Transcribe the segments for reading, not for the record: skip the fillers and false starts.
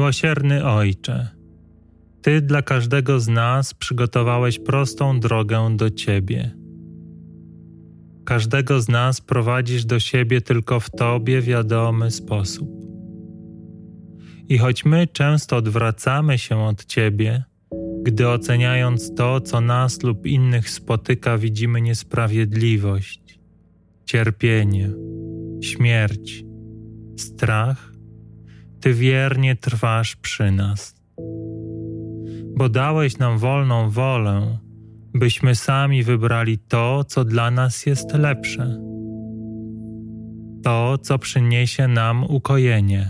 Miłosierny Ojcze, Ty dla każdego z nas przygotowałeś prostą drogę do Ciebie. Każdego z nas prowadzisz do siebie tylko w Tobie wiadomy sposób. I choć my często odwracamy się od Ciebie, gdy oceniając to, co nas lub innych spotyka, widzimy niesprawiedliwość, cierpienie, śmierć, strach, Ty wiernie trwasz przy nas. Bo dałeś nam wolną wolę, byśmy sami wybrali to, co dla nas jest lepsze. To, co przyniesie nam ukojenie.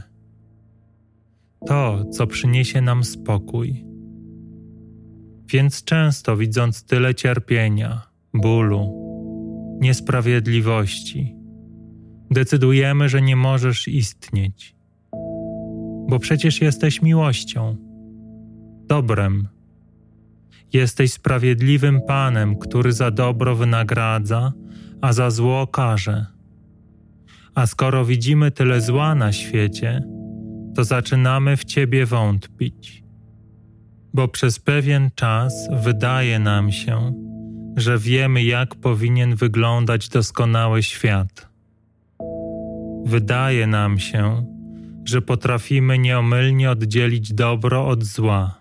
To, co przyniesie nam spokój. Więc często widząc tyle cierpienia, bólu, niesprawiedliwości, decydujemy, że nie możesz istnieć. Bo przecież jesteś miłością, dobrem. Jesteś sprawiedliwym Panem, który za dobro wynagradza, a za zło karze. A skoro widzimy tyle zła na świecie, to zaczynamy w Ciebie wątpić. Bo przez pewien czas wydaje nam się, że wiemy, jak powinien wyglądać doskonały świat. Wydaje nam się, że potrafimy nieomylnie oddzielić dobro od zła.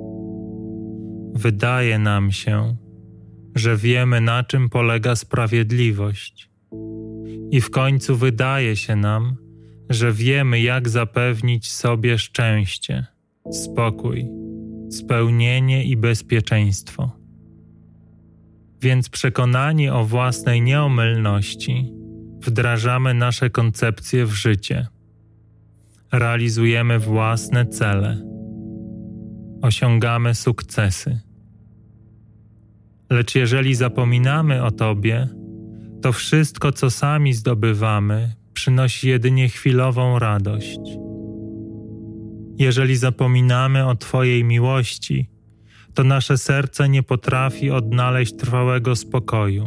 Wydaje nam się, że wiemy, na czym polega sprawiedliwość. I w końcu wydaje się nam, że wiemy, jak zapewnić sobie szczęście, spokój, spełnienie i bezpieczeństwo. Więc przekonani o własnej nieomylności, wdrażamy nasze koncepcje w życie. Realizujemy własne cele. Osiągamy sukcesy. Lecz jeżeli zapominamy o Tobie, to wszystko, co sami zdobywamy, przynosi jedynie chwilową radość. Jeżeli zapominamy o Twojej miłości, to nasze serce nie potrafi odnaleźć trwałego spokoju.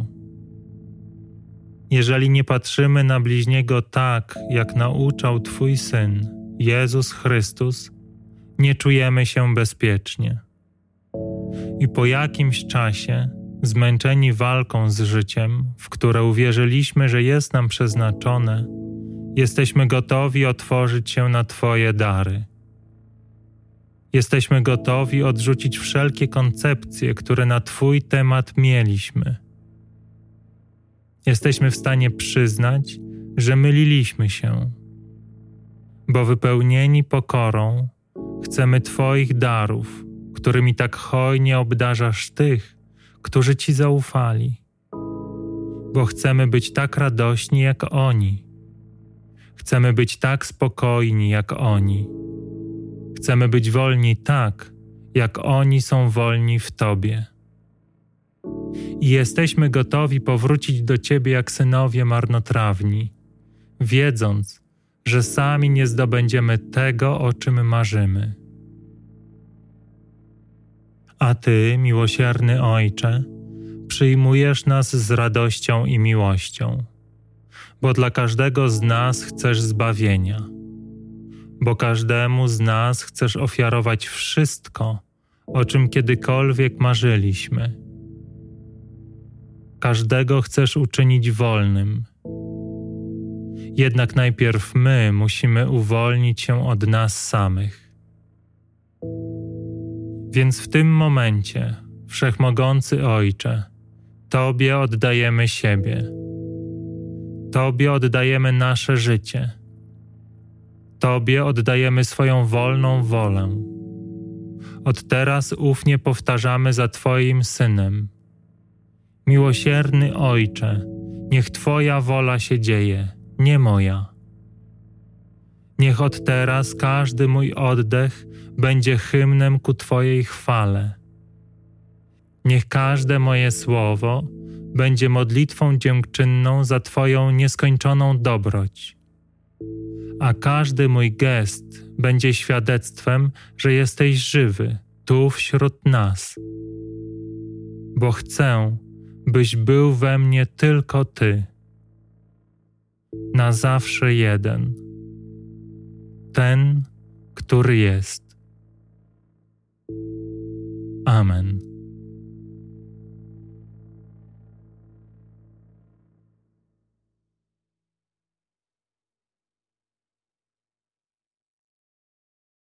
Jeżeli nie patrzymy na bliźniego tak, jak nauczał Twój Syn, Jezus Chrystus, nie czujemy się bezpiecznie. I po jakimś czasie, zmęczeni walką z życiem, w które uwierzyliśmy, że jest nam przeznaczone, jesteśmy gotowi otworzyć się na Twoje dary. Jesteśmy gotowi odrzucić wszelkie koncepcje, które na Twój temat mieliśmy. Jesteśmy w stanie przyznać, że myliliśmy się, bo wypełnieni pokorą chcemy Twoich darów, którymi tak hojnie obdarzasz tych, którzy Ci zaufali. Bo chcemy być tak radośni jak oni. Chcemy być tak spokojni jak oni. Chcemy być wolni tak, jak oni są wolni w Tobie. I jesteśmy gotowi powrócić do Ciebie jak synowie marnotrawni, wiedząc, że sami nie zdobędziemy tego, o czym marzymy. A Ty, miłosierny Ojcze, przyjmujesz nas z radością i miłością, bo dla każdego z nas chcesz zbawienia, bo każdemu z nas chcesz ofiarować wszystko, o czym kiedykolwiek marzyliśmy. Każdego chcesz uczynić wolnym. Jednak najpierw my musimy uwolnić się od nas samych. Więc w tym momencie, Wszechmogący Ojcze, Tobie oddajemy siebie. Tobie oddajemy nasze życie. Tobie oddajemy swoją wolną wolę. Od teraz ufnie powtarzamy za Twoim Synem. Miłosierny Ojcze, niech Twoja wola się dzieje, nie moja. Niech od teraz każdy mój oddech będzie hymnem ku Twojej chwale. Niech każde moje słowo będzie modlitwą dziękczynną za Twoją nieskończoną dobroć. A każdy mój gest będzie świadectwem, że jesteś żywy tu wśród nas. Bo chcę, byś był we mnie tylko Ty. Na zawsze jeden. Ten, który jest. Amen.